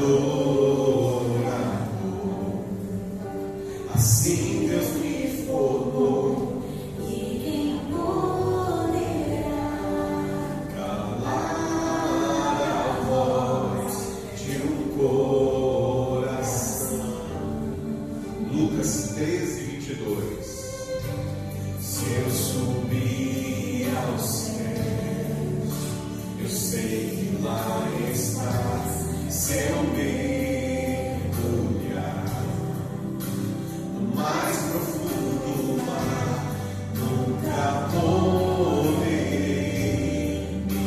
adorador. Assim Deus me formou, E quem poderá calar a voz de um coração. Lucas 13:22. Se eu subir aos céus, eu sei que lá estás. Se eu mergulhar no mais profundo mar, nunca poderei me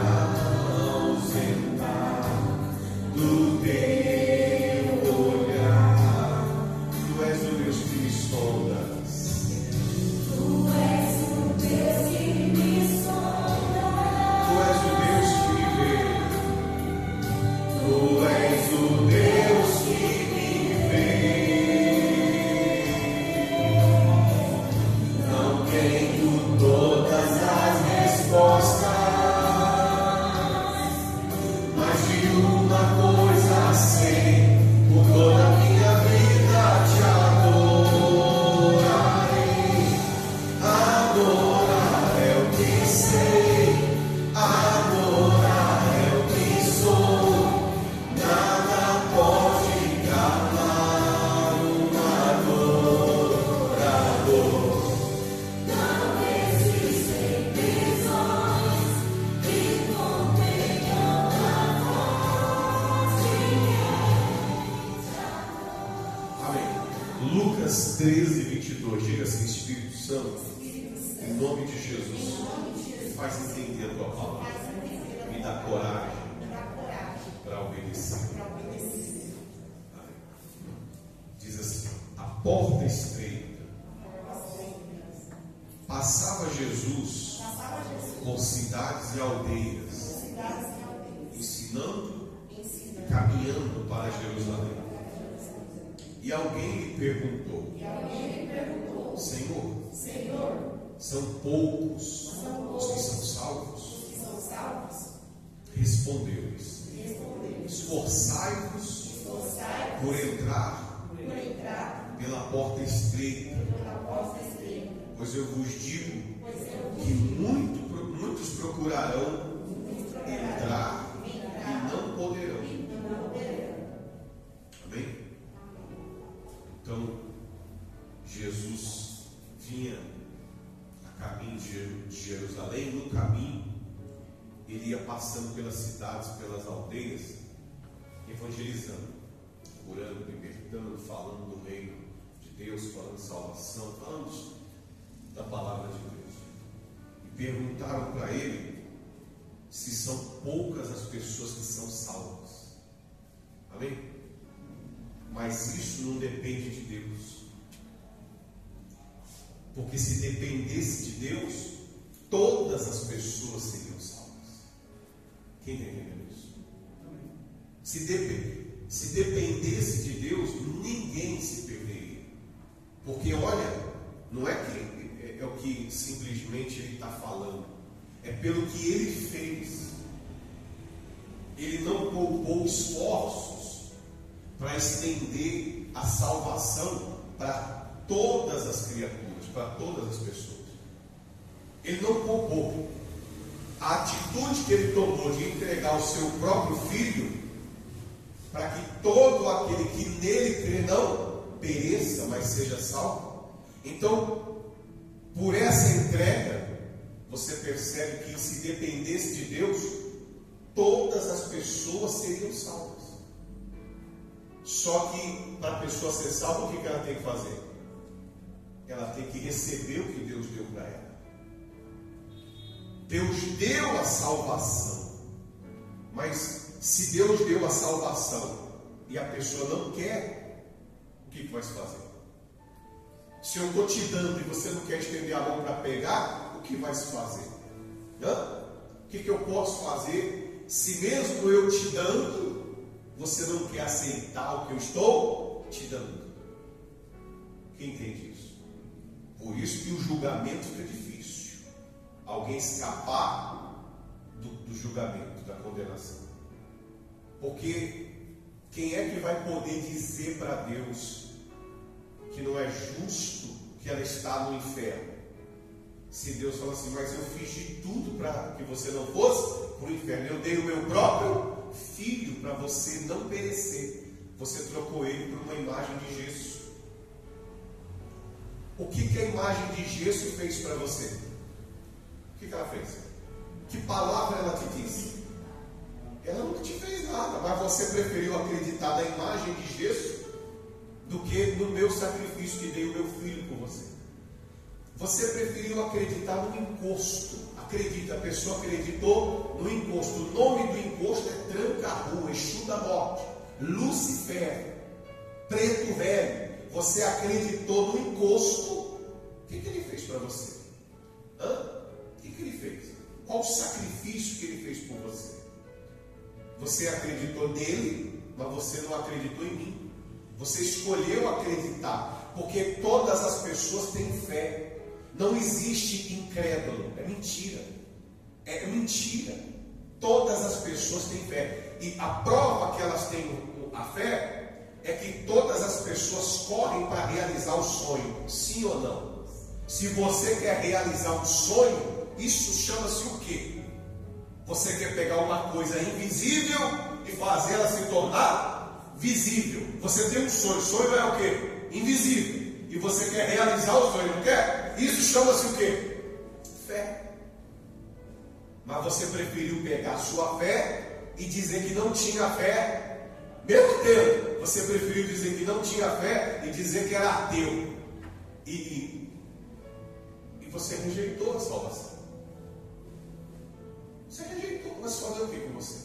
ausentar do teu olhar. Tu és o Deus que me sondas. Tu és o Deus que me sonda. Tu és o Deus que me vê. Tu és o Deus que me vê. Não tenho todas as respostas, mas de uma coisa sei: por toda a minha vida te adorarei. Adorar é o que sei, adorar é o que sou. Nada pode calar um adorador. Não existem prisões que contenham a voz de Amém. Lucas 13:22. Diga assim: Espírito Santo, em nome de Jesus, faz entender a tua palavra. Me dá coragem para obedecer. Amém. Diz assim: a porta estreita. Passava Jesus por cidades e aldeias, ensinando e caminhando para Jerusalém. E alguém lhe perguntou: Senhor, são poucos os que são salvos? Respondeu-lhes: Esforçai-vos por entrar pela porta estreita, pois eu vos digo que muitos procurarão entrar e não poderão. Amém? Então, Jesus vinha a caminho de Jerusalém. No caminho, ele ia passando pelas cidades, pelas aldeias, evangelizando, curando, libertando, falando do reino de Deus, falando de salvação, falando da palavra de Deus. E perguntaram para ele se são poucas as pessoas que são salvas. Amém? Mas isso não depende de Deus. Porque se dependesse de Deus, todas as pessoas seriam salvas. Quem está entendendo isso? Se dependesse de Deus, ninguém se perderia. Porque olha, não é que é o que simplesmente ele está falando, é pelo que ele fez. Ele não poupou esforços para estender a salvação para todas as criaturas, para todas as pessoas. Ele não poupou. A atitude que ele tomou de entregar o seu próprio filho, para que todo aquele que nele crê não pereça, mas seja salvo. Então, por essa entrega, você percebe que se dependesse de Deus, todas as pessoas seriam salvas. Só que para a pessoa ser salva, o que ela tem que fazer? Ela tem que receber o que Deus deu para ela. Deus deu a salvação, mas se Deus deu a salvação e a pessoa não quer, o que vai se fazer? Se eu estou te dando e você não quer estender a mão para pegar, o que vai se fazer? O que eu posso fazer se mesmo eu te dando, você não quer aceitar o que eu estou te dando? Quem entende isso? Por isso que o julgamento fica difícil. Alguém escapar do julgamento, da condenação. Porque Quem é que vai poder dizer para Deus que não é justo que ela está no inferno? Se Deus fala assim, mas eu fiz de tudo para que você não fosse para o inferno. Eu dei o meu próprio filho para você não perecer. Você trocou ele por uma imagem de gesso. O que a imagem de gesso fez para você? O que ela fez? Que palavra ela te disse? Ela não te fez nada, mas você preferiu acreditar na imagem de gesso do que no meu sacrifício que dei o meu filho por você. Você preferiu acreditar no encosto. Acredita, a pessoa acreditou no encosto. O nome do encosto é Tranca-Rua, Exu da Morte, Lucifer, Preto Velho. Você acreditou no encosto. O que ele fez para você? O que ele fez? Qual o sacrifício que ele fez por você? Você acreditou nele, mas você não acreditou em mim. Você escolheu acreditar, porque todas as pessoas têm fé. Não existe incrédulo, é mentira. É mentira. Todas as pessoas têm fé. E a prova que elas têm a fé é que todas as pessoas correm para realizar o sonho, sim ou não? Se você quer realizar um sonho, isso chama-se o quê? Você quer pegar uma coisa invisível e fazer ela se tornar visível. Você tem um sonho, o sonho é o quê? Invisível. E você quer realizar o sonho, não quer? Isso chama-se o quê? Fé. Mas você preferiu pegar a sua fé e dizer que não tinha fé. Mesmo tendo, você preferiu dizer que não tinha fé e dizer que era ateu. E você rejeitou a salvação. Você rejeitou, mas fazer o que com você?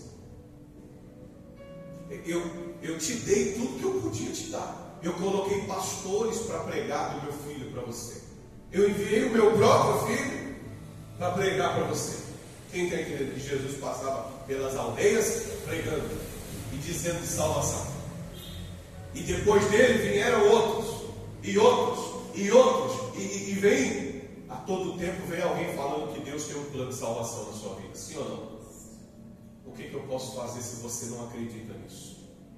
Eu te dei tudo que eu podia te dar. Eu coloquei pastores para pregar do meu filho para você. Eu enviei o meu próprio filho para pregar para você. Quem tem que ler que Jesus passava pelas aldeias pregando e dizendo de salvação. E depois dele vieram outros, e outros, e outros, e vem, a todo tempo vem alguém falando que Deus tem um plano de salvação na sua vida, sim ou não? O que eu posso fazer se você não acredita nisso?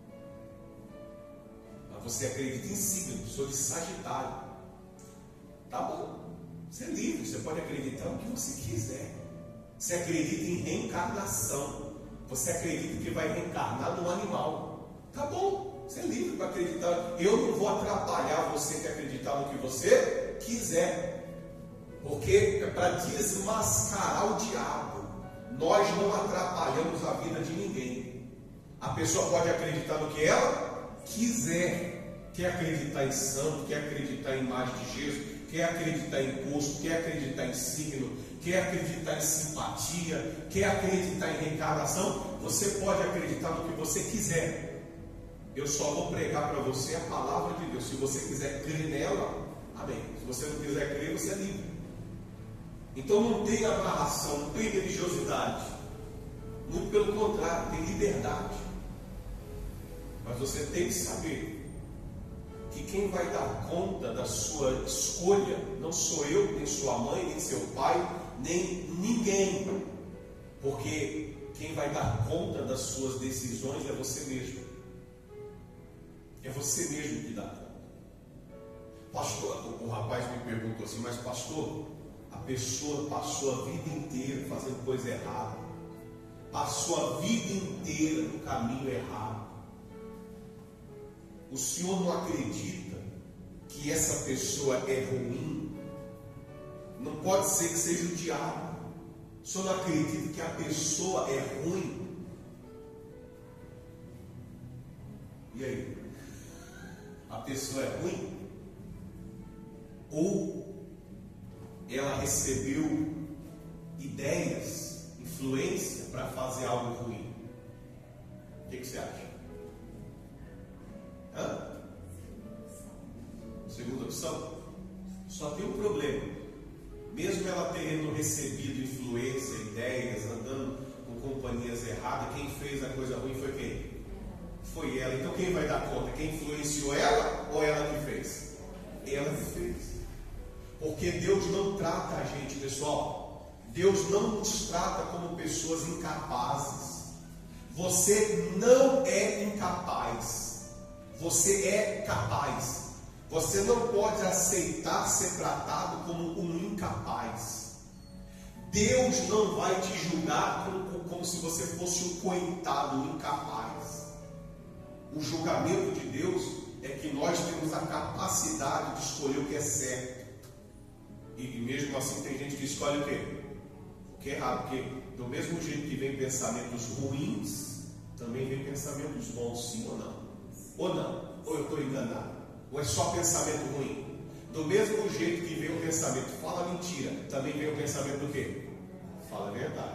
Mas você acredita em signo, sou de Sagitário. Tá bom, você é livre, você pode acreditar no que você quiser. Você acredita em reencarnação, você acredita que vai reencarnar num animal. Tá bom, você é livre para acreditar. Eu não vou atrapalhar você de acreditar no que você quiser. Porque é para desmascarar o diabo. Nós não atrapalhamos a vida de ninguém. A pessoa pode acreditar no que ela quiser. Quer acreditar em santo, quer acreditar em imagem de Jesus, quer acreditar em encosto, quer acreditar em signo, quer acreditar em simpatia, quer acreditar em reencarnação. Você pode acreditar no que você quiser. Eu só vou pregar para você a palavra de Deus. Se você quiser crer nela, amém. Se você não quiser crer, você é livre. Então não tem amarração, não tem religiosidade. Muito pelo contrário, tem liberdade. Mas você tem que saber que quem vai dar conta da sua escolha não sou eu, nem sua mãe, nem seu pai, nem ninguém. Porque quem vai dar conta das suas decisões é você mesmo. É você mesmo que dá conta. Pastor, o rapaz me perguntou assim, mas pastor, a pessoa passou a vida inteira fazendo coisa errada. Passou a vida inteira no caminho errado. O senhor não acredita que essa pessoa é ruim? Não pode ser que seja o diabo. O senhor não acredita que a pessoa é ruim? E aí? A pessoa é ruim? Ou ela recebeu ideias, influência para fazer algo ruim? O que você acha? Segunda opção? Só tem um problema. Mesmo ela tendo recebido influência, ideias, andando com companhias erradas, quem fez a coisa ruim foi quem? Foi ela. Então quem vai dar conta? Quem influenciou ela ou ela que fez? Ela que fez. Porque Deus não trata a gente, pessoal. Deus não nos trata como pessoas incapazes. Você não é incapaz. Você é capaz. Você não pode aceitar ser tratado como um incapaz. Deus não vai te julgar como se você fosse um coitado, um incapaz. O julgamento de Deus é que nós temos a capacidade de escolher o que é certo. E mesmo assim tem gente que escolhe o quê? O que é errado. Porque do mesmo jeito que vem pensamentos ruins, também vem pensamentos bons, sim ou não? Ou não? Ou eu estou enganado? Ou é só pensamento ruim? Do mesmo jeito que vem o pensamento fala mentira, também vem o pensamento do quê? Fala a verdade.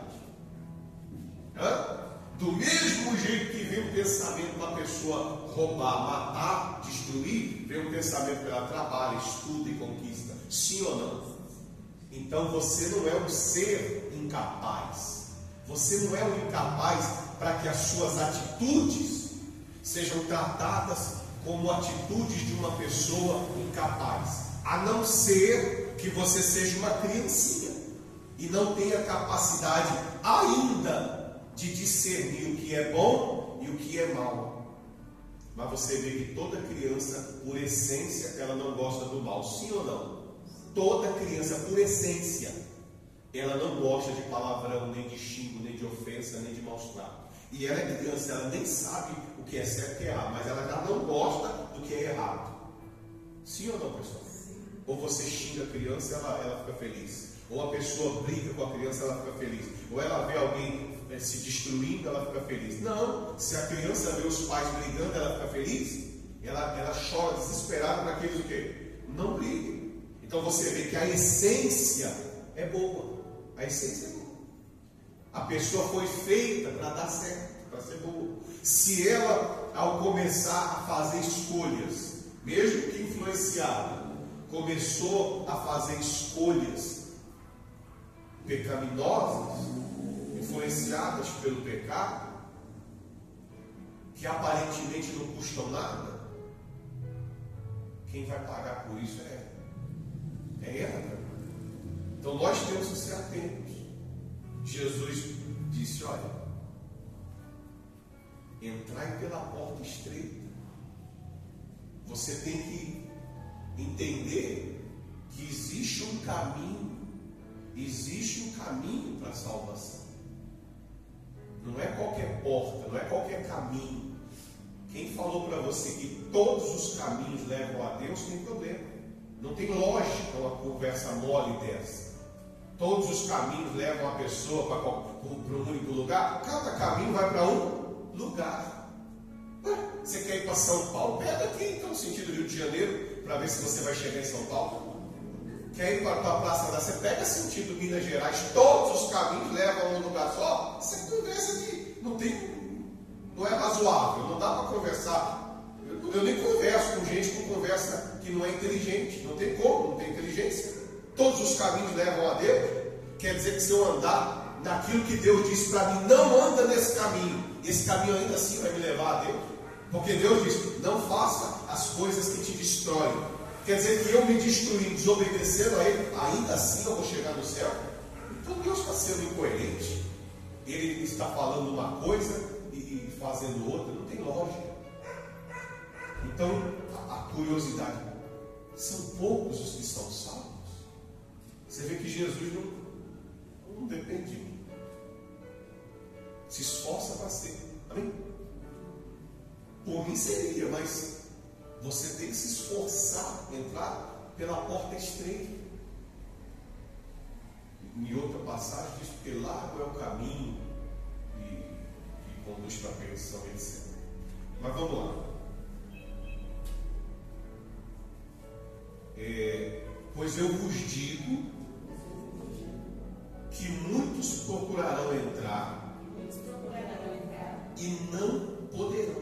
Do mesmo jeito que vem o pensamento da pessoa roubar, matar, destruir, vem o pensamento que ela trabalha, estuda e conquista. Sim ou não? Então você não é um ser incapaz. Você não é um incapaz para que as suas atitudes sejam tratadas como atitudes de uma pessoa incapaz, a não ser que você seja uma criancinha e não tenha capacidade ainda de discernir o que é bom e o que é mal. Mas você vê que toda criança, por essência, ela não gosta do mal, sim ou não? Toda criança, por essência, ela não gosta de palavrão, nem de xingo, nem de ofensa, nem de maus tratos. E ela é criança, ela nem sabe o que é certo e o que é errado, mas ela já não gosta do que é errado. Sim ou não, pessoal? Ou você xinga a criança, ela fica feliz. Ou a pessoa briga com a criança, ela fica feliz. Ou ela vê alguém se destruindo, ela fica feliz. Não, se a criança vê os pais brigando, ela fica feliz. Ela chora desesperada para que eles o quê? Não briguem. Então você vê que a essência é boa. A essência é boa. A pessoa foi feita para dar certo, para ser boa. Se ela, ao começar a fazer escolhas, mesmo que influenciada, começou a fazer escolhas pecaminosas, influenciadas pelo pecado, que aparentemente não custam nada, quem vai pagar por isso é ela. Então nós temos que ser atentos. Jesus disse: olha, entrai pela porta estreita. Você tem que entender que existe um caminho para a salvação. Não é qualquer porta, não é qualquer caminho. Quem falou para você que todos os caminhos levam a Deus tem problema. Não tem lógica uma conversa mole dessa. Todos os caminhos levam a pessoa para um único lugar. Cada caminho vai para um lugar. Você quer ir para São Paulo? Pega aqui então, sentido Rio de Janeiro, para ver se você vai chegar em São Paulo. Quer ir para a Praça da Sé? Pega sentido Minas Gerais. Todos os caminhos levam a um lugar só. Você conversa aqui. Não é razoável. Não dá para conversar. Eu nem converso com gente com conversa que não é inteligente. Não tem como, não tem inteligência. Todos os caminhos levam a Deus. Quer dizer que se eu andar naquilo que Deus disse para mim, não anda nesse caminho, esse caminho ainda assim vai me levar a Deus. Porque Deus diz: não faça as coisas que te destroem. Quer dizer que eu me destruindo, desobedecendo a Ele, ainda assim eu vou chegar no céu. Então Deus está sendo incoerente. Ele está falando uma coisa e fazendo outra. Não tem lógica. Então a curiosidade: são poucos os que são salvos. Você vê que Jesus não depende de mim. Se esforça para ser. Amém? Por mim seria, mas você tem que se esforçar, entrar pela porta estreita. Em outra passagem diz que largo é o caminho que conduz para a perdição, etc. Mas vamos lá. Pois eu vos digo que muitos procurarão entrar e não poderão.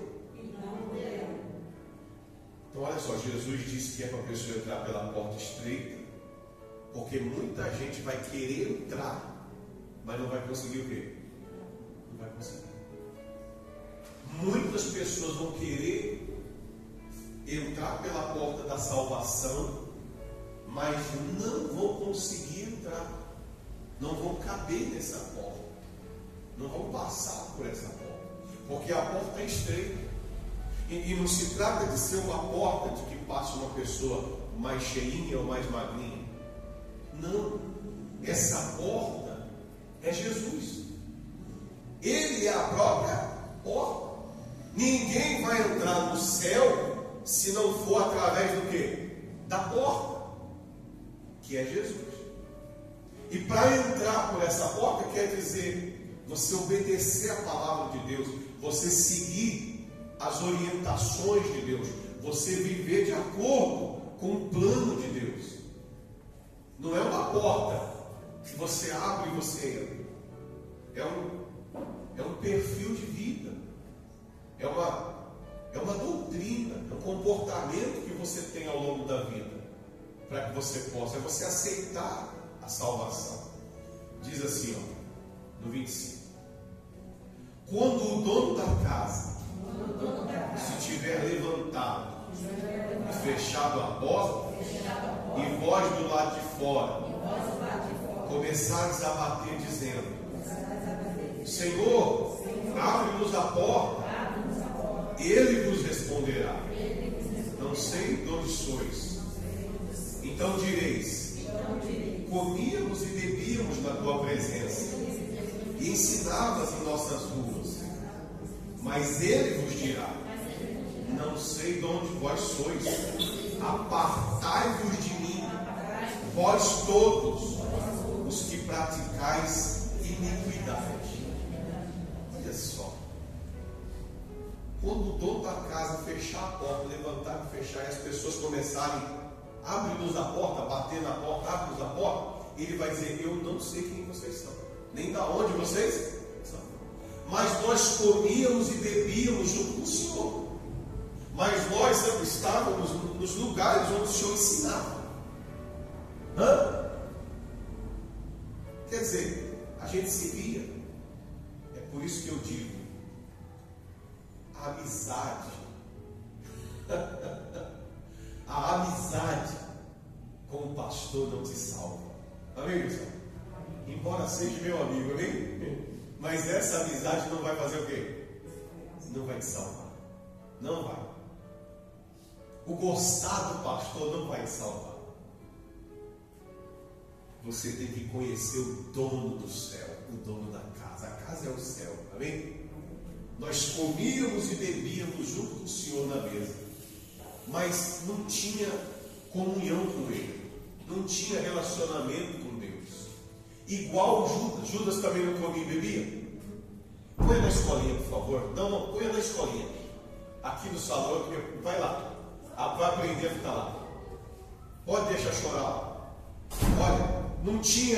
Então olha só, Jesus disse que é para a pessoa entrar pela porta estreita, porque muita gente vai querer entrar, mas não vai conseguir o quê? Não vai conseguir. Muitas pessoas vão querer entrar pela porta da salvação, mas não vão conseguir entrar, não vão caber nessa porta, não vão passar por essa porta. Porque a porta é estreita. E não se trata de ser uma porta de que passe uma pessoa mais cheinha ou mais magrinha. Não. Essa porta é Jesus. Ele é a própria porta. Ninguém vai entrar no céu se não for através do quê? Da porta, que é Jesus. E para entrar por essa porta quer dizer você obedecer a palavra de Deus, você seguir as orientações de Deus, você viver de acordo com o plano de Deus. Não é uma porta que você abre e você entra. É um perfil de vida. É uma doutrina, é um comportamento que você tem ao longo da vida, para que você possa, é você aceitar a salvação. Diz assim, ó, no 25: quando o dono da casa se tiver levantado e fechado a porta, e vós do lado de fora começares a bater dizendo: Senhor, abre-nos a porta, ele vos responderá: não sei de onde sois. Então direis: comíamos e bebíamos na tua presença, e ensinavas em nossas ruas. Mas ele vos dirá: não sei de onde vós sois, apartai-vos de mim, vós todos os que praticais iniquidade. Olha só. Quando o dono da casa fechar a porta, levantar e fechar, e as pessoas começarem: abre-nos a porta, bater na porta, abre-nos a porta, ele vai dizer: eu não sei quem vocês são, nem da onde vocês são, mas nós comíamos e bebíamos junto com o Senhor, mas nós estávamos nos lugares onde o Senhor ensinava. Quer dizer, a gente se via. É por isso que eu digo: a amizade, a amizade com o pastor não te salva. Amém, pessoal? Embora seja meu amigo, amém? Mas essa amizade não vai fazer o quê? Não vai te salvar. Não vai. O gostar do pastor não vai te salvar. Você tem que conhecer o dono do céu, o dono da casa. A casa é o céu, amém? Nós comíamos e bebíamos junto com o Senhor na mesa, mas não tinha comunhão com Ele, não tinha relacionamento com Deus. Igual Judas. Judas também não comia e bebia? Põe na escolinha, por favor. Não, põe na escolinha. Aqui no salão, vai lá. Vai aprender a ficar lá. Pode deixar chorar lá. Olha, não tinha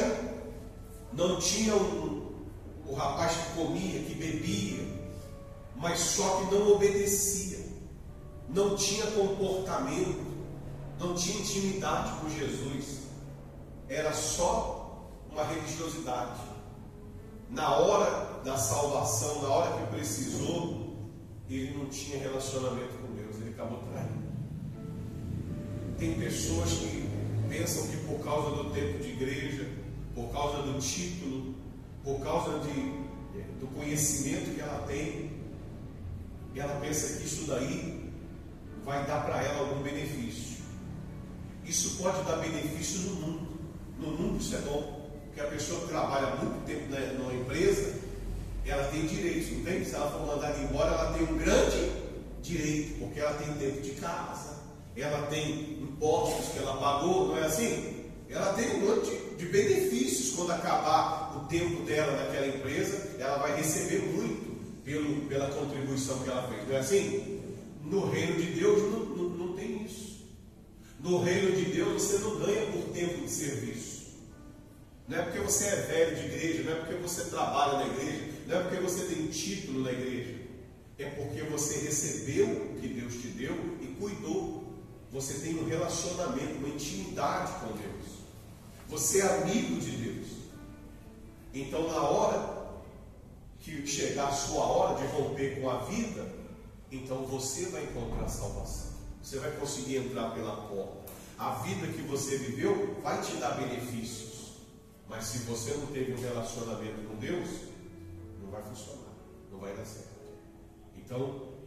o rapaz que comia, que bebia, mas só que não obedecia, não tinha comportamento, não tinha intimidade com Jesus, era só uma religiosidade. Na hora da salvação, na hora que precisou, ele não tinha relacionamento com Deus, ele acabou traindo. Tem pessoas que pensam que por causa do tempo de igreja, por causa do título, por causa do conhecimento que ela tem, ela pensa que isso daí vai dar para ela algum benefício. Isso pode dar benefício no mundo. No mundo isso é bom, porque a pessoa que trabalha muito tempo numa empresa, ela tem direitos, não tem? Se ela for mandada embora, ela tem um grande direito, porque ela tem tempo de casa, ela tem impostos que ela pagou, não é assim? Ela tem um monte de benefícios. Quando acabar o tempo dela naquela empresa, ela vai receber muito pela contribuição que ela fez, não é assim? No reino de Deus não tem isso. No reino de Deus você não ganha por tempo de serviço. Não é porque você é velho de igreja, não é porque você trabalha na igreja, não é porque você tem título na igreja, é porque você recebeu o que Deus te deu e cuidou. Você tem um relacionamento, uma intimidade com Deus. Você é amigo de Deus. Então, na hora que chegar a sua hora de romper com a vida, então você vai encontrar salvação. Você vai conseguir entrar pela porta. A vida que você viveu vai te dar benefícios, mas se você não teve um relacionamento com Deus, não vai funcionar, não vai dar certo. Então,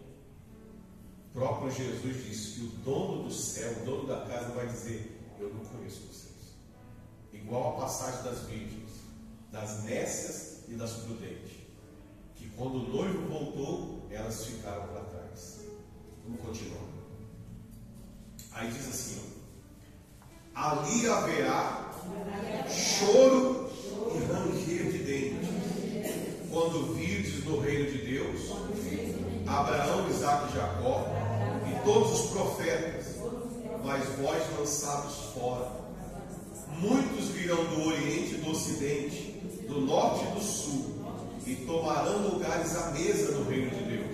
o próprio Jesus disse que o dono do céu, o dono da casa, vai dizer: eu não conheço vocês. Igual a passagem das virgens, das nécias e das prudentes, que quando o noivo voltou, elas ficaram para trás. Vamos continuar. Aí diz assim: ali haverá choro e ranger de dentes, quando virdes no reino de Deus Abraão, Isaque e Jacó e todos os profetas, mas vós lançados fora. Muitos virão do Oriente e do Ocidente, do Norte e do Sul, e tomarão lugares à mesa no reino de Deus.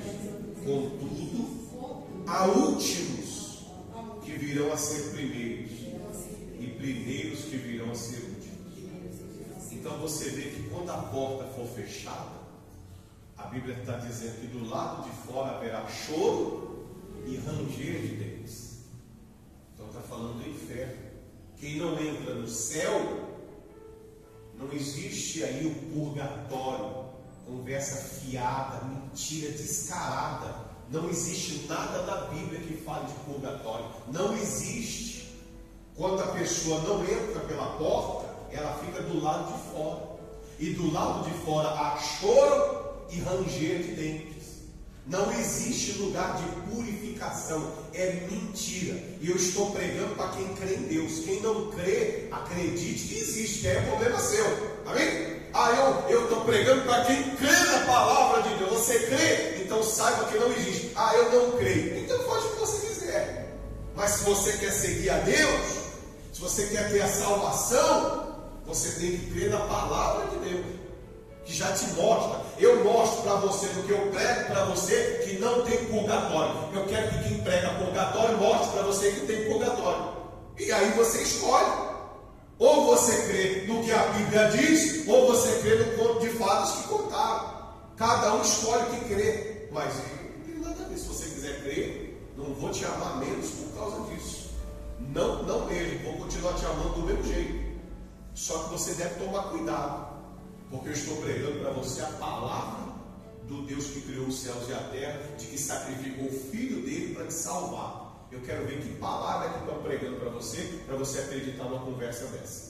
Contudo, há últimos que virão a ser primeiros, e primeiros que virão a ser últimos. Então você vê que quando a porta for fechada, a Bíblia está dizendo que do lado de fora haverá choro e ranger de dentes. Então está falando do inferno. Quem não entra no céu, não existe aí o purgatório, conversa fiada, mentira descarada. Não existe nada da Bíblia que fale de purgatório. Não existe. Quando a pessoa não entra pela porta, ela fica do lado de fora. E do lado de fora há choro e ranger de dentes. Não existe lugar de purificação. É mentira. E eu estou pregando para quem crê em Deus. Quem não crê, acredite que existe, que é problema seu. Amém? Eu estou pregando para quem crê na palavra de Deus. Você crê? Então saiba que não existe. Eu não creio. Então faz o que você quiser. Mas se você quer seguir a Deus, se você quer ter a salvação, você tem que crer na palavra de Deus, que já te mostra. Eu mostro para você, do que eu prego para você, que não tem purgatório. Eu quero que quem prega purgatório mostre para você que tem purgatório. E aí você escolhe. Ou você crê no que a Bíblia diz, ou você crê no conto de fadas que contaram. Cada um escolhe o que crê. Mas não tem nada a ver. Se você quiser crer, não vou te amar menos por causa disso. Não mesmo. Vou continuar te amando do mesmo jeito. Só que você deve tomar cuidado, porque eu estou pregando para você a palavra do Deus que criou os céus e a terra, de que sacrificou o Filho dele para te salvar. Eu quero ver que palavra que estou pregando para você acreditar numa conversa dessa.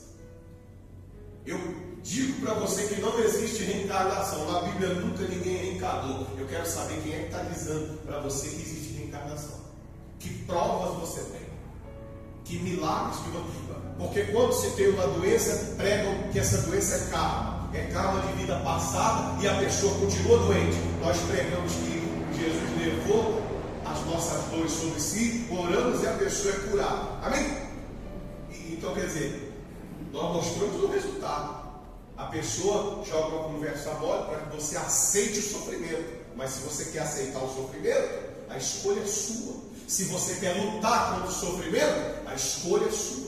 Eu digo para você que não existe reencarnação. Na Bíblia nunca ninguém reencarnou. Eu quero saber quem é que está dizendo para você que existe reencarnação. Que provas você tem? Que milagres que você... Porque quando se tem uma doença, pregam que essa doença é karma. É karma de vida passada e a pessoa continua doente. Nós pregamos que Jesus levou as nossas dores sobre si, oramos e a pessoa é curada. Amém? Então quer dizer, nós mostramos o resultado. A pessoa joga uma conversa mole para que você aceite o sofrimento. Mas se você quer aceitar o sofrimento, a escolha é sua. Se você quer lutar contra o sofrimento, a escolha é sua.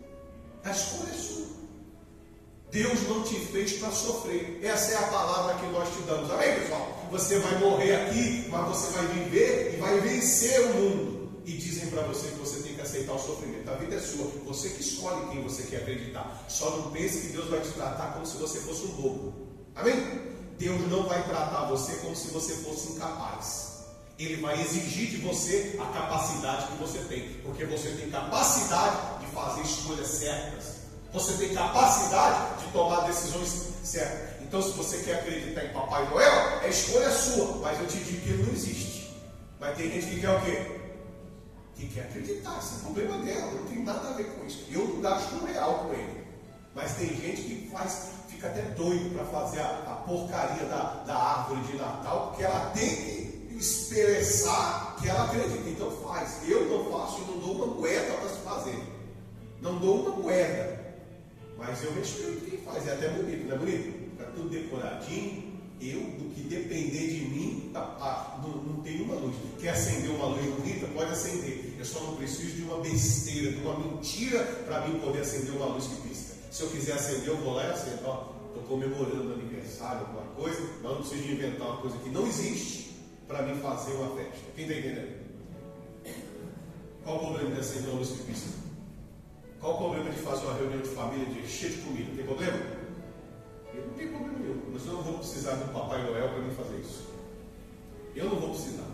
A escolha é sua. Deus não te fez para sofrer. Essa é a palavra que nós te damos. Amém, pessoal? Você vai morrer aqui, mas você vai viver e vai vencer o mundo. E dizem para você que você tem que aceitar o sofrimento. A vida é sua. Você que escolhe quem você quer acreditar. Só não pense que Deus vai te tratar como se você fosse um bobo. Amém? Deus não vai tratar você como se você fosse incapaz. Ele vai exigir de você a capacidade que você tem. Porque você tem capacidade de fazer escolhas certas. Você tem capacidade de tomar decisões certas. Então, se você quer acreditar em Papai Noel, é escolha sua. Mas eu te digo que ele não existe. Mas tem gente que quer o quê? Que quer acreditar. Esse é o problema dela. Não tem nada a ver com isso. Eu não gasto R$1 com ele. Mas tem gente que fica até doido para fazer a porcaria da árvore de Natal, porque ela tem que expressar que ela acredita. Então faz. Eu não faço e não dou uma moeda para se fazer. Não dou uma moeda. Mas eu respeito quem faz. É até bonito, não é bonito? Fica tudo decoradinho. Eu, do que depender de mim, não tenho uma luz. Quer acender uma luz bonita? Pode acender. Eu só não preciso de uma besteira, de uma mentira para mim poder acender uma luz que pisca. Se eu quiser acender, eu vou lá e acendo. Estou comemorando aniversário, alguma coisa, mas não preciso de inventar uma coisa que não existe para mim fazer uma festa. Quem está entendendo? Qual o problema de acender uma luz que pisca? Qual o problema de fazer uma reunião de família cheia de comida? Tem problema? Eu não tenho problema nenhum. Mas eu não vou precisar do Papai Noel para mim fazer isso. Eu não vou precisar.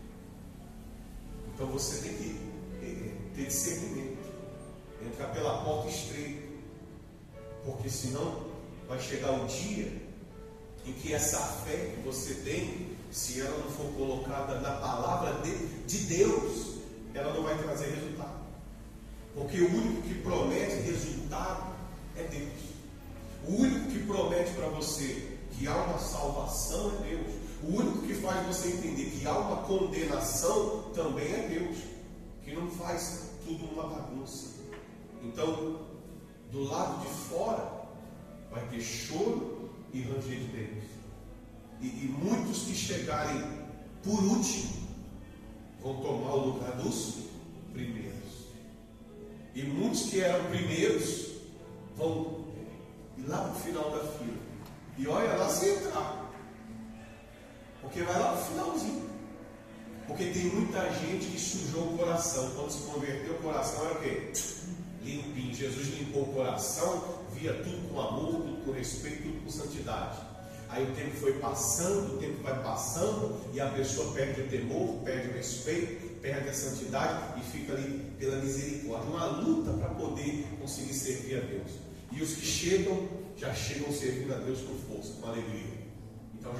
Então você tem que ter discernimento, entrar pela porta estreita, porque senão vai chegar um dia em que essa fé que você tem, se ela não for colocada na palavra de Deus, ela não vai trazer resultado. Porque o único que promete resultado é Deus. O único que promete para você que há uma salvação é Deus. O único que faz você entender que há uma condenação também é Deus, que não faz tudo uma bagunça. Então, do lado de fora vai ter choro e ranger de dentes. E muitos que chegarem por último vão tomar o lugar dos primeiros. E muitos que eram primeiros vão ir lá para o final da fila. E olha lá se entrar. Porque vai lá para o finalzinho. Porque tem muita gente que sujou o coração. Quando se converteu, o coração era o quê? Limpinho. Jesus limpou o coração, via tudo com amor, tudo com respeito, tudo com santidade. Aí o tempo foi passando, o tempo vai passando, e a pessoa perde o temor, perde o respeito, perde a santidade e fica ali pela misericórdia. Uma luta para poder conseguir servir a Deus. E os que chegam, já chegam servindo a Deus com força, com alegria. Então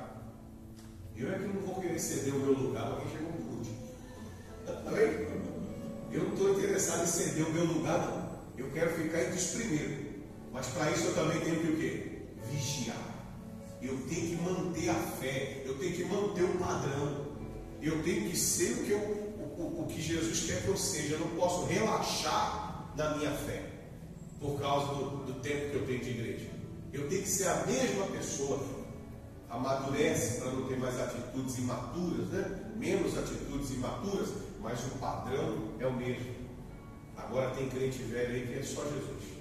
eu é que não vou querer ceder o meu lugar, alguém chegou por último. Amém? Eu não estou interessado em ceder o meu lugar, não. Eu quero ficar entre os primeiros. Mas para isso eu também tenho que o quê? Vigiar. Eu tenho que manter a fé. Eu tenho que manter o padrão. Eu tenho que ser o que Jesus quer que eu seja. Eu não posso relaxar na minha fé por causa do tempo que eu tenho de igreja. Eu tenho que ser a mesma pessoa. Amadurece para não ter mais atitudes imaturas, né? Menos atitudes imaturas, mas o padrão é o mesmo. Agora tem crente velho aí que é só Jesus.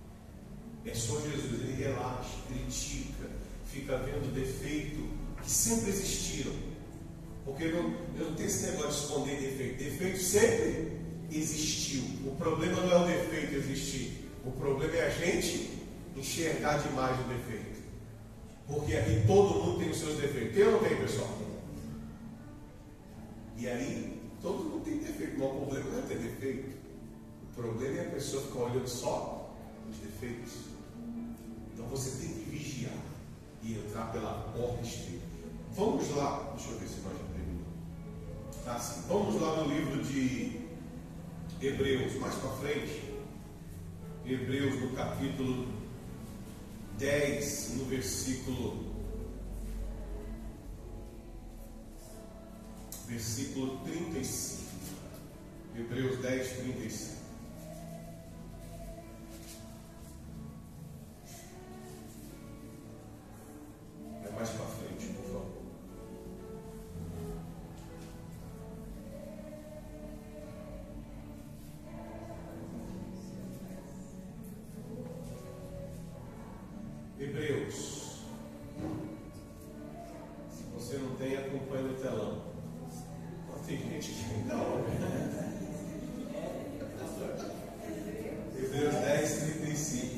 É só Jesus. Ele relaxa, critica, fica vendo defeito que sempre existiram. Porque eu não tenho esse negócio de esconder defeito. Defeito sempre existiu. O problema não é o defeito existir. O problema é a gente enxergar demais o defeito. Porque aqui todo mundo tem os seus defeitos. Tem ou não tem, pessoal? E aí, todo mundo tem defeito. Mas o problema não é ter defeito. O problema é a pessoa ficar olhando só os defeitos. Então você tem que vigiar e entrar pela porta estreita. Vamos lá, deixa eu ver se nós já terminamos. Tá, sim. Vamos lá no livro de Hebreus, mais para frente. Hebreus, no capítulo 10, no versículo 35. Hebreus 10, 35. É mais para frente, por favor. Hebreus. Se você não tem, acompanhe no telão. Tem gente que não. Hebreus 10, 35.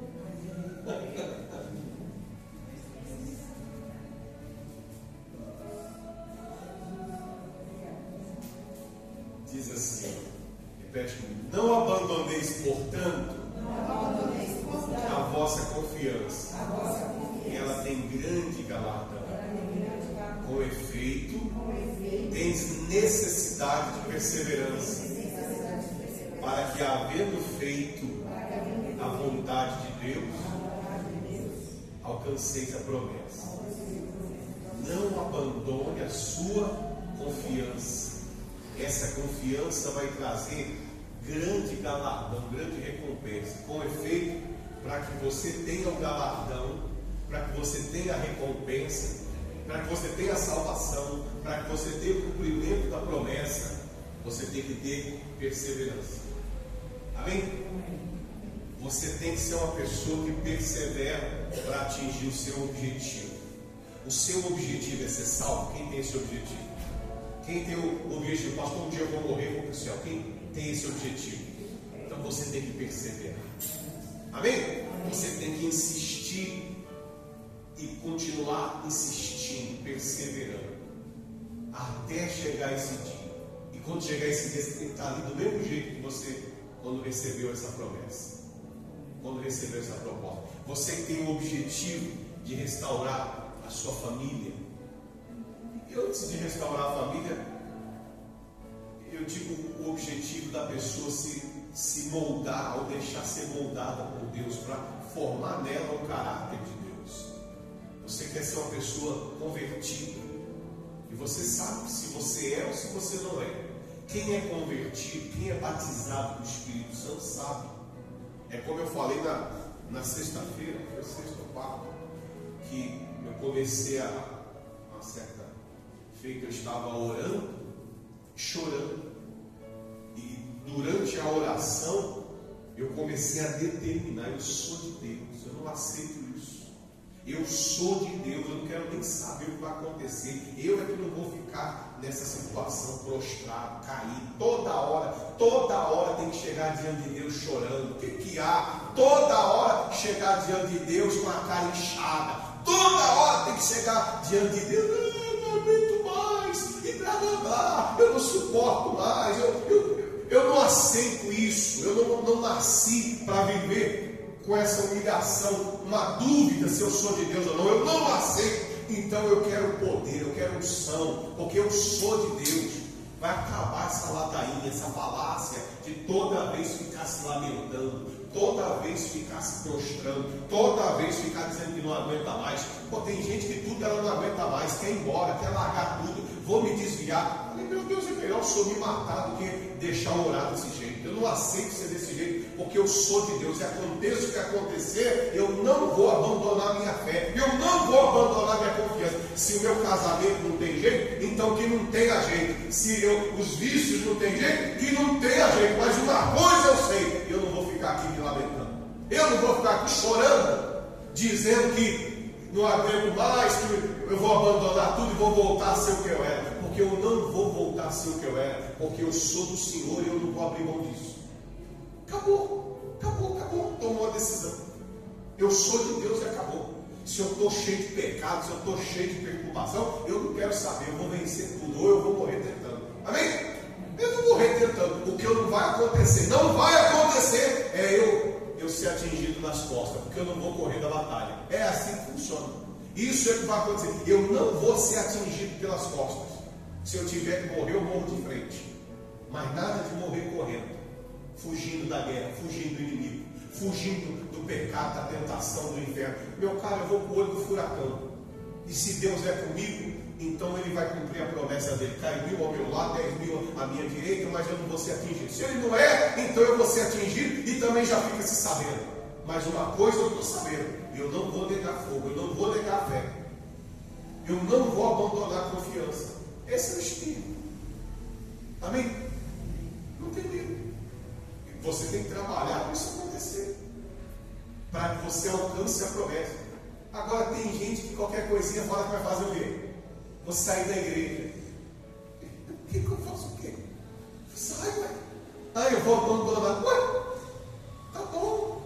Diz assim, repete comigo: não abandoneis, portanto, a vossa confiança, e ela tem grande galardão. Com efeito, tens necessidade de perseverança, para que, havendo feito a vontade de Deus, alcanceis a promessa. Não abandone a sua confiança. Essa confiança vai trazer grande galardão, grande recompensa. Com efeito, para que você tenha o galardão, para que você tenha a recompensa, para que você tenha a salvação, para que você tenha o cumprimento da promessa, você tem que ter perseverança. Amém? Você tem que ser uma pessoa que persevera para atingir o seu objetivo. O seu objetivo é ser salvo. Quem tem esse objetivo? Quem tem o objetivo? Pastor, um dia eu vou morrer, vou para o céu. Quem tem esse objetivo? Então você tem que perseverar. Amém? Você tem que insistir e continuar insistindo, perseverando. até chegar esse dia. E quando chegar esse dia, você tem que estar ali do mesmo jeito que você, quando recebeu essa promessa, quando recebeu essa proposta. Você tem o objetivo de restaurar a sua família. E antes de restaurar a família, eu digo o objetivo da pessoa se moldar, ou deixar ser moldada por Deus, para formar nela o caráter de Deus. Você quer ser uma pessoa convertida, e você sabe se você é ou se você não é. Quem é convertido, quem é batizado no Espírito Santo sabe. É como eu falei na sexta-feira, foi sexta ou quarta, que eu comecei uma certa feita, eu estava orando, chorando, e durante a oração eu comecei a determinar: eu sou de Deus, eu não aceito isso, eu sou de Deus, eu não quero nem saber o que vai acontecer, eu é que não vou ficar nessa situação prostrado, caído, toda hora tem que chegar diante de Deus chorando. O que há? Toda hora chegar diante de Deus com a cara inchada, toda hora tem que chegar diante de Deus: eu não aguento mais, e blá blá blá, eu não suporto mais, eu não aceito isso, eu não nasci para viver com essa humilhação, uma dúvida se eu sou de Deus ou não, eu não aceito. Então eu quero poder, eu quero unção, porque eu sou de Deus. Vai acabar essa ladainha, essa falácia de toda vez ficar se lamentando, toda vez ficar se prostrando, toda vez ficar dizendo que não aguenta mais. Pô, tem gente que tudo ela não aguenta mais, quer ir embora, quer largar tudo, vou me desviar. Falei: meu Deus, é melhor o senhor me matar do que deixar orar desse jeito. Eu não aceito ser desse jeito, porque eu sou de Deus, e aconteça o que acontecer, eu não vou abandonar minha fé, eu não vou abandonar minha confiança. Se o meu casamento não tem jeito, então que não tenha jeito. Se os vícios não tem jeito, que não tenha jeito. Mas uma coisa eu sei: eu não vou ficar aqui me lamentando, eu não vou ficar aqui chorando, dizendo que não aguento mais, que eu vou abandonar tudo e vou voltar a ser o que eu era. Porque eu não vou voltar a ser o que eu era, porque eu sou do Senhor e eu não vou abrir mão disso. Acabou, tomou a decisão. Eu sou de Deus e acabou. Se eu estou cheio de pecado, se eu estou cheio de perturbação, eu não quero saber, eu vou vencer tudo, ou eu vou morrer tentando. Amém? Eu vou morrer tentando. O que não vai acontecer, é eu ser atingido nas costas, porque eu não vou correr da batalha. É assim que funciona. Isso é o que vai acontecer. Eu não vou ser atingido pelas costas. Se eu tiver que morrer, eu morro de frente. Mas nada de morrer correndo, fugindo da guerra, fugindo do inimigo, fugindo do pecado, da tentação, do inferno. Meu cara, eu vou para o olho do furacão. E se Deus é comigo, então Ele vai cumprir a promessa dele. Cai 1000 ao meu lado, 10.000 à minha direita, mas eu não vou ser atingido. Se Ele não é, então eu vou ser atingido, e também já fica se sabendo. Mas uma coisa eu estou sabendo: eu não vou negar fogo, eu não vou negar a fé, eu não vou abandonar a confiança. Esse é o Espírito. Amém? Não tem medo. Você tem que trabalhar para isso acontecer, para que você alcance a promessa. Agora tem gente que qualquer coisinha fala que vai fazer o quê? Vou sair da igreja. O que eu faço o quê? Sai, ué. Ah, eu vou abandonar. Ué, tá bom.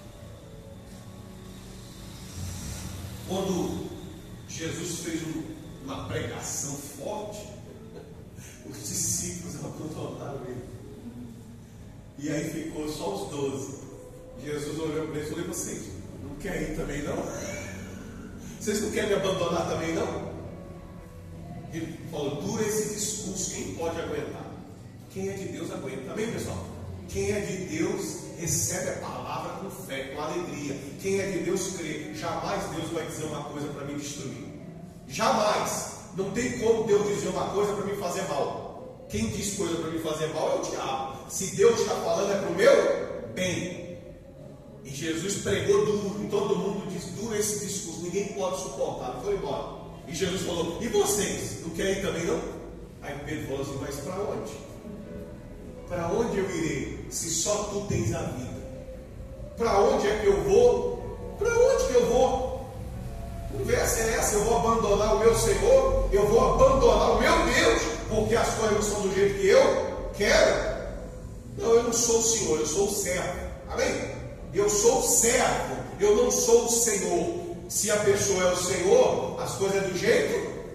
Quando Jesus fez uma pregação forte, os discípulos abandonaram ele. E aí ficou só os 12. Jesus olhou para eles e falou: vocês não querem ir também não? Vocês não querem me abandonar também não? Ele falou: dura esse discurso, quem pode aguentar? Quem é de Deus aguenta. Amém, pessoal? Quem é de Deus recebe a palavra com fé, com alegria. Quem é de Deus crê. Jamais Deus vai dizer uma coisa para me destruir. Jamais. Não tem como Deus dizer uma coisa para me fazer mal. Quem diz coisa para me fazer mal é o diabo. Se Deus está falando é para o meu bem. E Jesus pregou duro, e todo mundo diz duro esse discurso, ninguém pode suportar. Ele foi embora. E Jesus falou: e vocês? Não querem também não? Aí Pedro falou assim: mas para onde? Para onde eu irei, se só tu tens a vida? Para onde é que eu vou? Para onde que eu vou? A conversa é essa: eu vou abandonar o meu Senhor, eu vou abandonar o meu Deus, porque as coisas não são do jeito que eu quero? Não, eu não sou o Senhor, eu sou o servo. Amém? Eu sou o servo, eu não sou o Senhor. Se a pessoa é o Senhor, as coisas é do jeito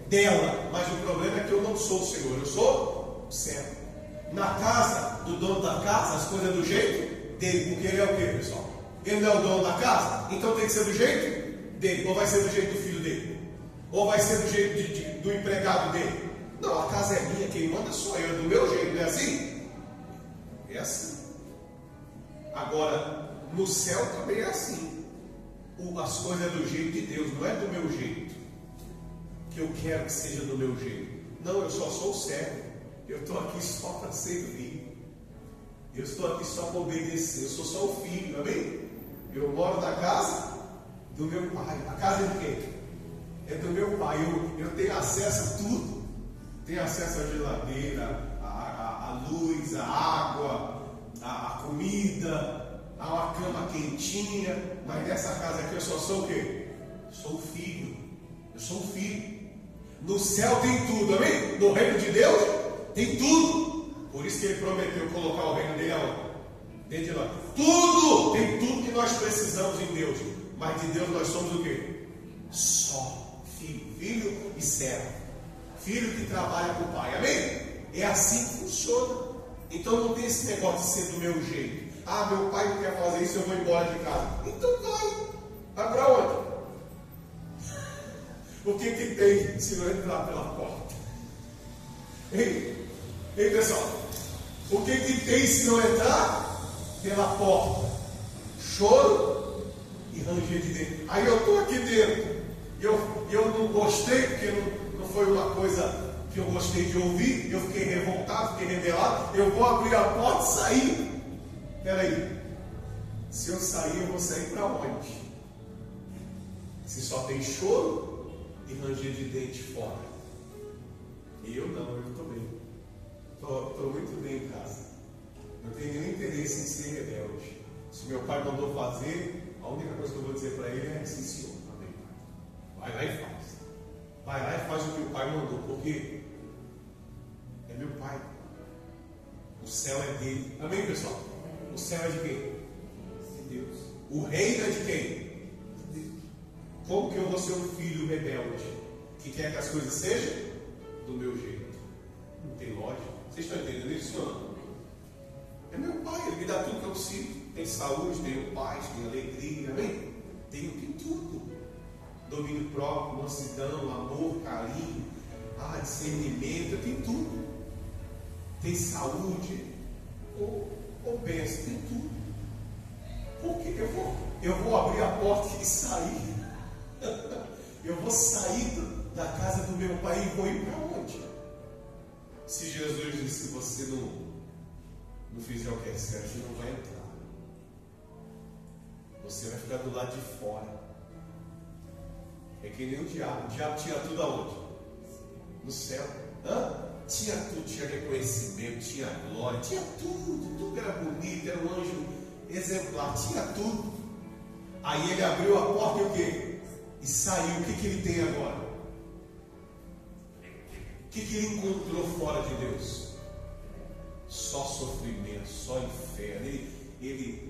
dela, mas o problema é que eu não sou o Senhor, eu sou o servo. Na casa do dono da casa, as coisas é do jeito dele, porque ele é o que, pessoal? Ele não é o dono da casa, então tem que ser do jeito dele, ou vai ser do jeito do filho dele, ou vai ser do jeito do empregado dele. Não, a casa é minha, quem manda sou eu, do meu jeito, não é assim? É assim. Agora, no céu também é assim. As coisas é do jeito de Deus, não é do meu jeito, que eu quero que seja do meu jeito. Não, eu só sou o servo. Eu estou aqui só para servir. Eu estou aqui só para obedecer. Eu sou só o filho, amém? Eu moro na casa do meu pai. A casa é de quem? É do meu pai. Eu tenho acesso a tudo. Tenho acesso à geladeira, à luz, à água, à comida, a uma cama quentinha. Mas nessa casa aqui eu só sou o quê? Sou o filho. Eu sou o filho. No céu tem tudo, amém? No reino de Deus tem tudo. Por isso que ele prometeu colocar o reino dele aonde? Dentro de nós. Tudo! Tem tudo que nós precisamos em Deus. Mas de Deus nós somos o quê? Só filho. Filho e servo. Filho que trabalha com o pai. Amém? É assim que funciona. Então não tem esse negócio de ser do meu jeito. Ah, meu pai não quer fazer isso, eu vou embora de casa. Então vai. Vai para onde? O que tem se não entrar pela porta? Ei, pessoal, o que tem se não entrar pela porta? Choro e ranger de dentro. Aí eu estou aqui dentro, eu não gostei, porque não foi uma coisa que eu gostei de ouvir, eu fiquei revoltado, fiquei rebelado, eu vou abrir a porta e sair. Espera aí, se eu sair, eu vou sair para onde? Se só tem choro e ranger de dente fora. Eu não, eu estou bem. Estou muito bem em casa. Não tenho nenhum interesse em ser rebelde. Se meu pai mandou fazer, a única coisa que eu vou dizer para ele é sim, senhor, amém, pai. Vai lá e faz. Vai lá e faz o que o pai mandou, porque é meu pai. O céu é dele. Amém, pessoal? O céu é de quem? De Deus. O reino é de quem? Como que eu vou ser um filho rebelde que quer que as coisas sejam do meu jeito? Não tem lógica. Vocês estão entendendo isso ou não? É meu pai, ele me dá tudo que eu preciso. Tem saúde, tenho paz, tenho alegria, amém? Tenho tudo. Domínio próprio, mansidão, amor, carinho, discernimento, eu tenho tudo. Tem saúde, ou penso, tem tudo. Por que eu vou abrir a porta e sair? Eu vou sair da casa do meu pai e vou ir para onde? Se Jesus disse: se você não fizer o que é certo, você não vai entrar. Você vai ficar do lado de fora. É que nem o diabo. O diabo tinha tudo aonde? No céu. Tinha tudo, tinha reconhecimento, tinha glória, tinha tudo. Tudo era bonito, era um anjo exemplar, tinha tudo. Aí ele abriu a porta e o quê? E saiu. O que ele tem agora? O que ele encontrou fora de Deus? Só sofrimento, só inferno. Ele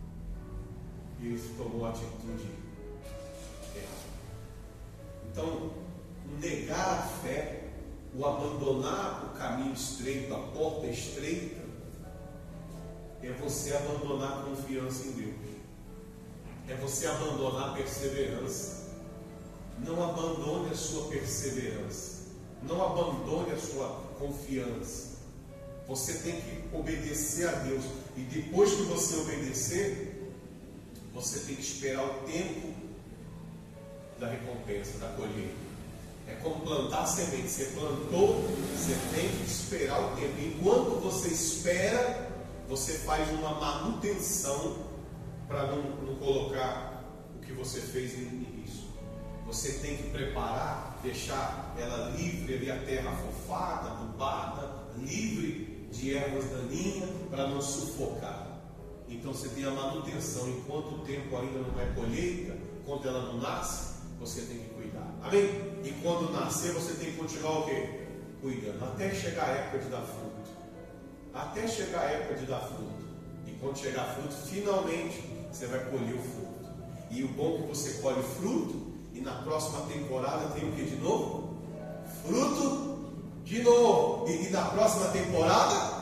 tomou atitude errada. Então, negar a fé, o abandonar o caminho estreito, a porta estreita, é você abandonar a confiança em Deus. É você abandonar a perseverança. Não abandone a sua perseverança. Não abandone a sua confiança. Você tem que obedecer a Deus. E depois que você obedecer, você tem que esperar o tempo da recompensa, da colheita. É como plantar a semente. Você plantou, você tem que esperar o tempo. Enquanto você espera, você faz uma manutenção para não colocar o que você fez em risco. Você tem que preparar, deixar ela livre ali, a terra afofada, adubada, livre de ervas daninhas, para não sufocar. Então você tem a manutenção. Enquanto o tempo ainda não é colheita, quando ela não nasce, você tem que cuidar. Amém? E quando nascer, você tem que continuar o quê? Cuidando, até chegar a época de dar fruto. Até chegar a época de dar fruto. E quando chegar fruto, finalmente você vai colher o fruto. E o bom é que você colhe fruto, e na próxima temporada tem o que de novo? fruto de novo. E na próxima temporada,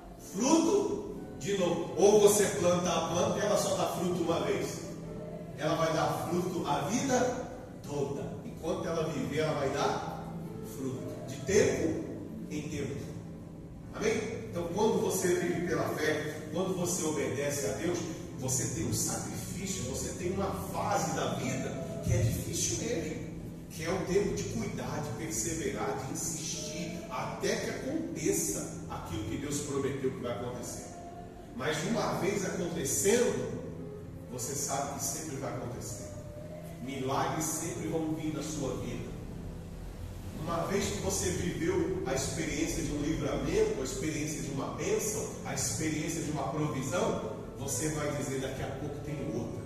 fruto de novo. Ou você planta a planta e ela só dá fruto uma vez. Ela vai dar fruto a vida toda. Enquanto ela viver, ela vai dar fruto. De tempo em tempo. Amém? Então, quando você vive pela fé, quando você obedece a Deus, você tem um sacrifício, você tem uma fase da vida que é difícil mesmo, que é o tempo de cuidar, de perseverar, de insistir, até que aconteça aquilo que Deus prometeu que vai acontecer. Mas uma vez acontecendo, você sabe que sempre vai acontecer. Milagres sempre vão vir na sua vida. Uma vez que você viveu a experiência de um livramento, a experiência de uma bênção, a experiência de uma provisão, você vai dizer: daqui a pouco tem outra.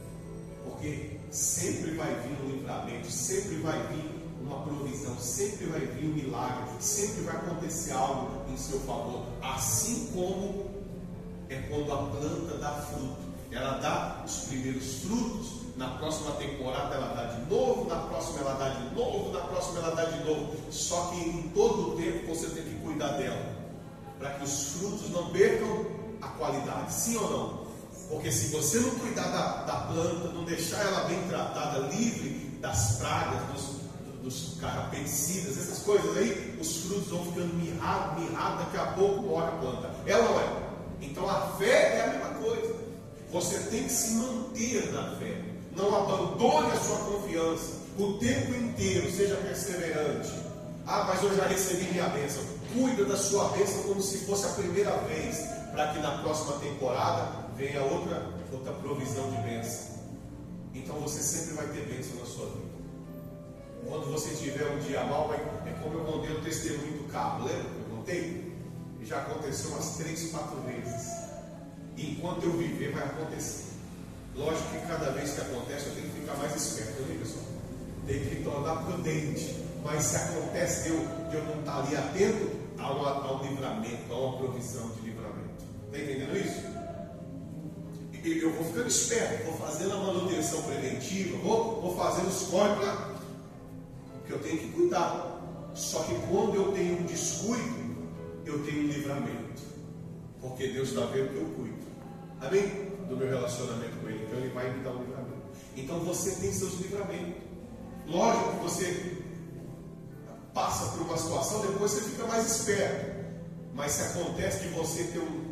Porque sempre vai vir um livramento, sempre vai vir uma provisão, sempre vai vir um milagre, sempre vai acontecer algo em seu favor. Assim como é quando a planta dá fruto. Ela dá os primeiros frutos, na próxima temporada ela dá de novo, na próxima ela dá de novo, na próxima ela dá de novo. Só que em todo o tempo você tem que cuidar dela, para que os frutos não percam a qualidade, sim ou não? Porque se você não cuidar da planta, não deixar ela bem tratada, livre das pragas, dos carrapeticidas, essas coisas aí, os frutos vão ficando mirrados, daqui a pouco morre a planta. É ou não é? Então a fé é a mesma coisa. Você tem que se manter na fé. Não abandone a sua confiança o tempo inteiro, seja perseverante. Ah, mas eu já recebi minha bênção. Cuida da sua bênção como se fosse a primeira vez, para que na próxima temporada venha outra provisão de bênção. Então você sempre vai ter bênção na sua vida. Quando você tiver um dia mal, é como eu contei o testemunho do carro, lembra que eu contei? E já aconteceu umas 3, 4 vezes. E enquanto eu viver, vai acontecer. Lógico que cada vez que acontece, eu tenho que ficar mais esperto, né, pessoal? Tem que tornar prudente. Mas se acontece de eu não estar ali atento, há um livramento, há uma provisão de livramento. Está entendendo isso? E eu vou ficando esperto, vou fazendo a manutenção preventiva, vou fazendo os cortes, porque eu tenho que cuidar. Só que quando eu tenho um descuido, eu tenho um livramento. Porque Deus está vendo que eu cuido. Amém? Do meu relacionamento com Ele. Então Ele vai me dar um livramento. Então você tem seus livramentos. Lógico que você passa por uma situação, depois você fica mais esperto. Mas se acontece de você ter um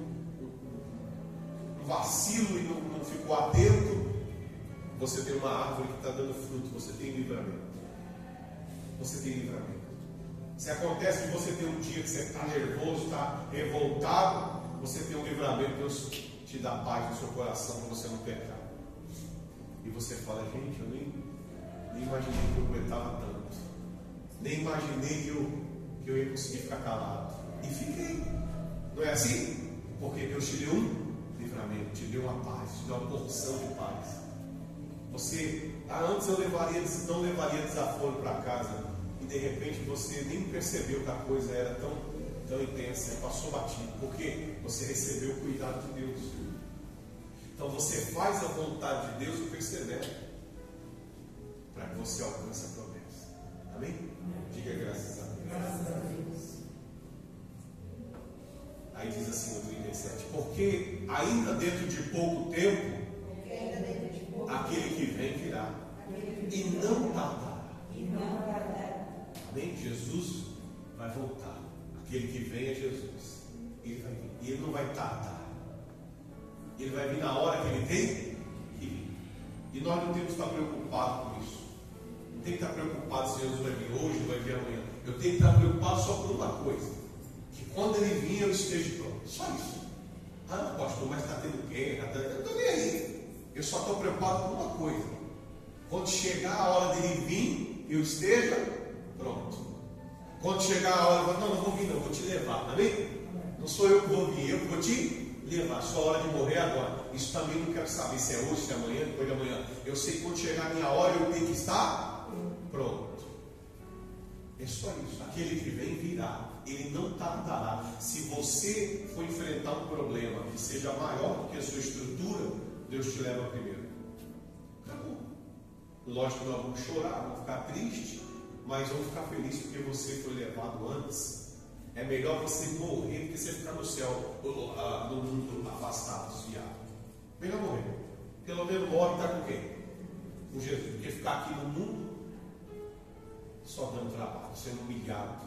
vacilo e não ficou atento, você tem uma árvore que está dando fruto. Você tem livramento. Você tem livramento. Se acontece de você ter um dia que você está nervoso, está revoltado, você tem um livramento. Deus te dá paz no seu coração para você não pecar. E você fala: gente, eu nem imaginei que eu aguentava tanto. Nem imaginei que eu ia conseguir ficar calado. E fiquei. Não é assim? Porque Deus te deu um livramento, te deu uma paz, te deu uma porção de paz. Você, antes eu não levaria desaforo para casa. E de repente você nem percebeu que a coisa era tão intensa, passou batido, porque você recebeu o cuidado de Deus. Então você faz a vontade de Deus e persevera, para que você alcance a promessa. Amém? Diga graças a Deus. Graças a Deus. Aí diz assim no 37: porque ainda dentro de pouco tempo, aquele que vem virá, e não tardará. Amém? Jesus vai voltar. Aquele que vem é Jesus. Ele vai vir. E ele não vai tardar. Ele vai vir na hora que ele tem que vir. E nós não temos que estar preocupados com isso. Não tem que estar preocupado se Jesus vai vir hoje ou vai vir amanhã. Eu tenho que estar preocupado só por uma coisa: que quando ele vir eu esteja pronto. Só isso. Ah, pastor, mas está tendo guerra. Eu não estou nem aí. Eu só estou preocupado com uma coisa: quando chegar a hora dele vir, eu esteja pronto. Quando chegar a hora, eu falo: não vou vir, não, vou te levar. Amém? Não sou eu que vou vir, eu que vou te levar. Sua hora de morrer agora. Isso também não quero saber se é hoje, se é amanhã, depois de amanhã. Eu sei que quando chegar a minha hora, eu tenho que estar pronto. É só isso. Aquele que vem virá. Ele não tardará. Se você for enfrentar um problema que seja maior do que a sua estrutura, Deus te leva primeiro. Acabou. Lógico que nós vamos chorar, vamos ficar tristes, mas vamos ficar felizes porque você foi levado antes. É melhor você morrer do que você ficar no céu, no mundo afastado, desviado. Melhor morrer. Pelo menos morre e está com quem? Com Jesus. Porque ficar aqui no mundo só dando trabalho, sendo humilhado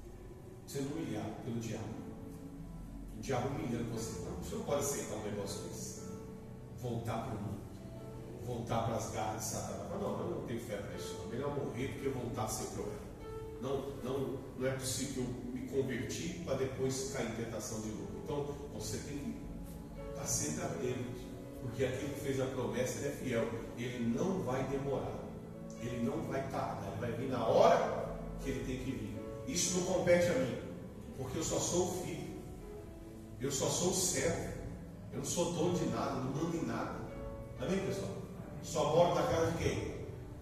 pelo diabo. O diabo humilhando você. Não, você não pode aceitar um negócio desse. Voltar para o mundo, voltar para as garras de Satanás. Não, eu não tenho fé para isso. Não. Melhor morrer do que voltar a ser problema. Não é possível me convertir para depois cair em tentação de novo. Então você tem que estar sempre atento, porque aquele que fez a promessa, ele é fiel. Ele não vai demorar, ele não vai tardar, ele vai vir na hora que ele tem que vir. Isso não compete a mim, porque eu só sou o filho, eu só sou o servo, eu não sou dono de nada, não mando em nada. Amém, pessoal? Só moro na casa de quem?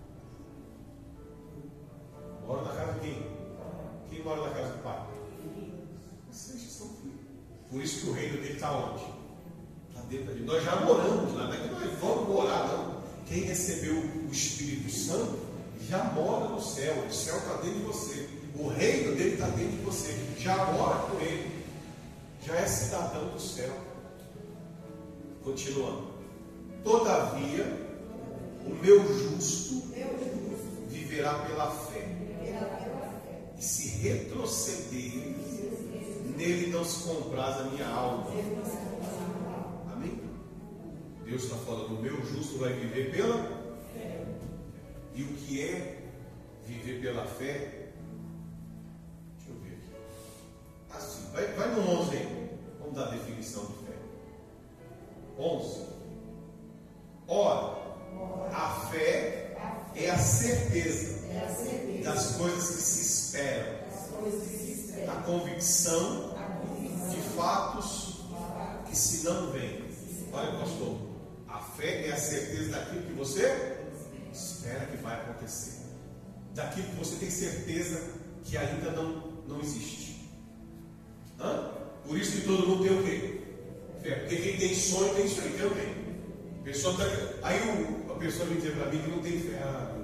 Moro na casa de quem? Quem mora na casa do Pai? Vocês são filhos. Por isso que o reino dele está onde? Está dentro da gente. Nós já moramos lá, não é que nós vamos morar, não. Quem recebeu o Espírito Santo já mora no céu. O céu está dentro de você. O reino dele está dentro de você. Já mora com ele. Já é cidadão do céu. Continuando. Todavia, o meu justo viverá pela fé. E se retroceder, nele não se compraz a minha alma. Amém? Deus está falando, o meu justo vai viver pela fé. E o que é viver pela fé? Deixa eu ver aqui. Assim, vai no 11 aí. Vamos dar a definição de fé. 11. Ora, a fé é a certeza das coisas que se esperam, a convicção de fatos que se não veem. Olha, pastor, a fé é a certeza daquilo que você espera que vai acontecer, daquilo que você tem certeza que ainda não existe. Por isso que todo mundo tem o quê? Fé. Porque quem tem sonho tem isso aí também. Aí a pessoa vem dizer para mim que não tem fé.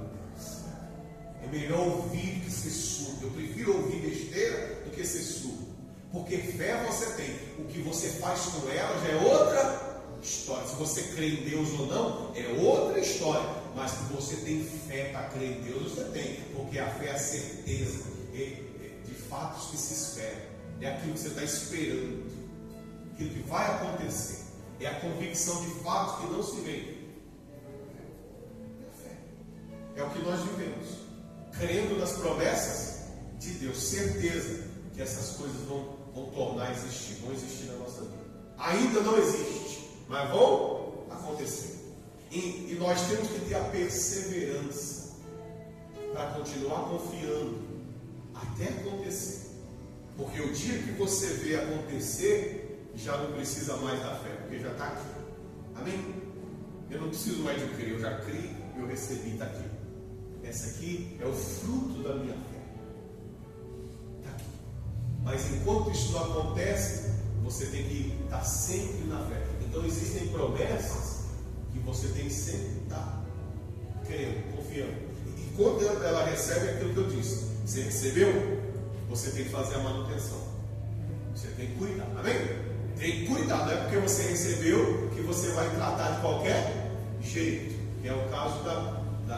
É melhor ouvir que ser surdo. Eu prefiro ouvir besteira do que ser surdo. Porque fé você tem. O que você faz com ela já é outra história. Se você crê em Deus ou não, é outra história. Mas que você tem fé para crer em Deus, você tem. Porque a fé é a certeza de fatos que se esperam. É aquilo que você está esperando. Aquilo que vai acontecer. É a convicção de fatos que não se veem. É a fé. É o que nós vivemos. Crendo nas promessas de Deus, certeza que essas coisas vão tornar a existir, vão existir na nossa vida. Ainda não existe, mas vão acontecer. E nós temos que ter a perseverança para continuar confiando até acontecer. Porque o dia que você vê acontecer, já não precisa mais da fé, porque já está aqui. Amém? Eu não preciso mais de crer, eu já criei, eu recebi, está aqui. Essa aqui é o fruto da minha fé. Está aqui. Mas enquanto isso não acontece, você tem que estar sempre na fé. Então existem promessas que você tem que sempre estar crendo, confiando. E quando ela recebe aquilo que eu disse, você recebeu, você tem que fazer a manutenção. Você tem que cuidar. Amém? Tem que cuidar. Não é porque você recebeu que você vai tratar de qualquer jeito. Que é o caso da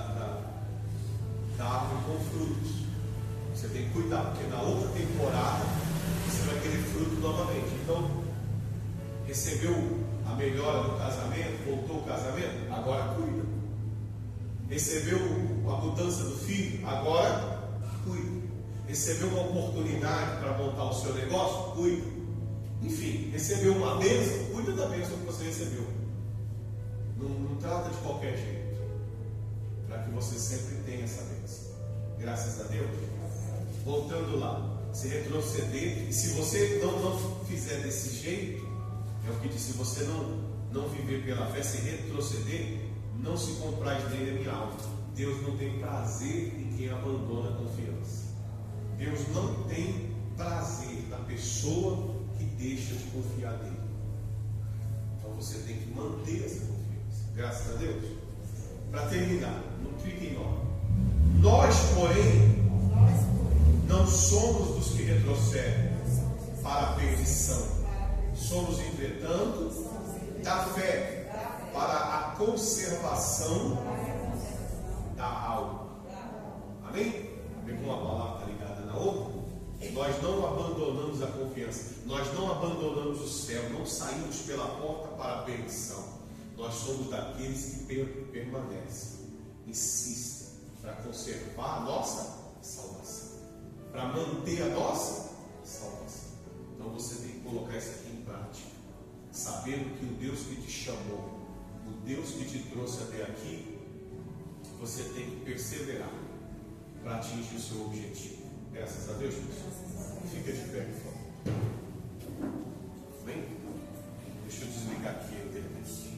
árvore com frutos. Você tem que cuidar, porque na outra temporada você vai querer fruto novamente. Então, recebeu a melhora do casamento, voltou o casamento, agora cuida. Recebeu a mudança do filho, agora cuida. Recebeu uma oportunidade para montar o seu negócio, cuida. Enfim, recebeu uma bênção, cuida da bênção que você recebeu. Não trata de qualquer jeito. Para que você sempre tenha essa bênção. Graças a Deus. Voltando lá, se retroceder, e se você não fizer desse jeito, é o que diz, se você não viver pela fé, se retroceder, não se compraz nele a minha alma. Deus não tem prazer em quem abandona a confiança. Deus não tem prazer na pessoa que deixa de confiar nele. Então você tem que manter essa confiança. Graças a Deus. Para terminar, não fique em nós. Nós, porém, Não somos dos que retrocedem para a perdição. Somos, entretanto, da fé para a conservação da alma. Amém? Vê como uma palavra está ligada na outra. Nós não abandonamos a confiança, nós não abandonamos o céu, não saímos pela porta para a perdição. Nós somos daqueles que permanecem, insistem para conservar a nossa salvação, para manter a nossa salvação. Então você tem que colocar isso aqui em prática, sabendo que o Deus que te chamou, o Deus que te trouxe até aqui, você tem que perseverar para atingir o seu objetivo. Graças a Deus, pessoal. Fica de pé, por favor. Amém? Deixa eu desligar aqui o internet.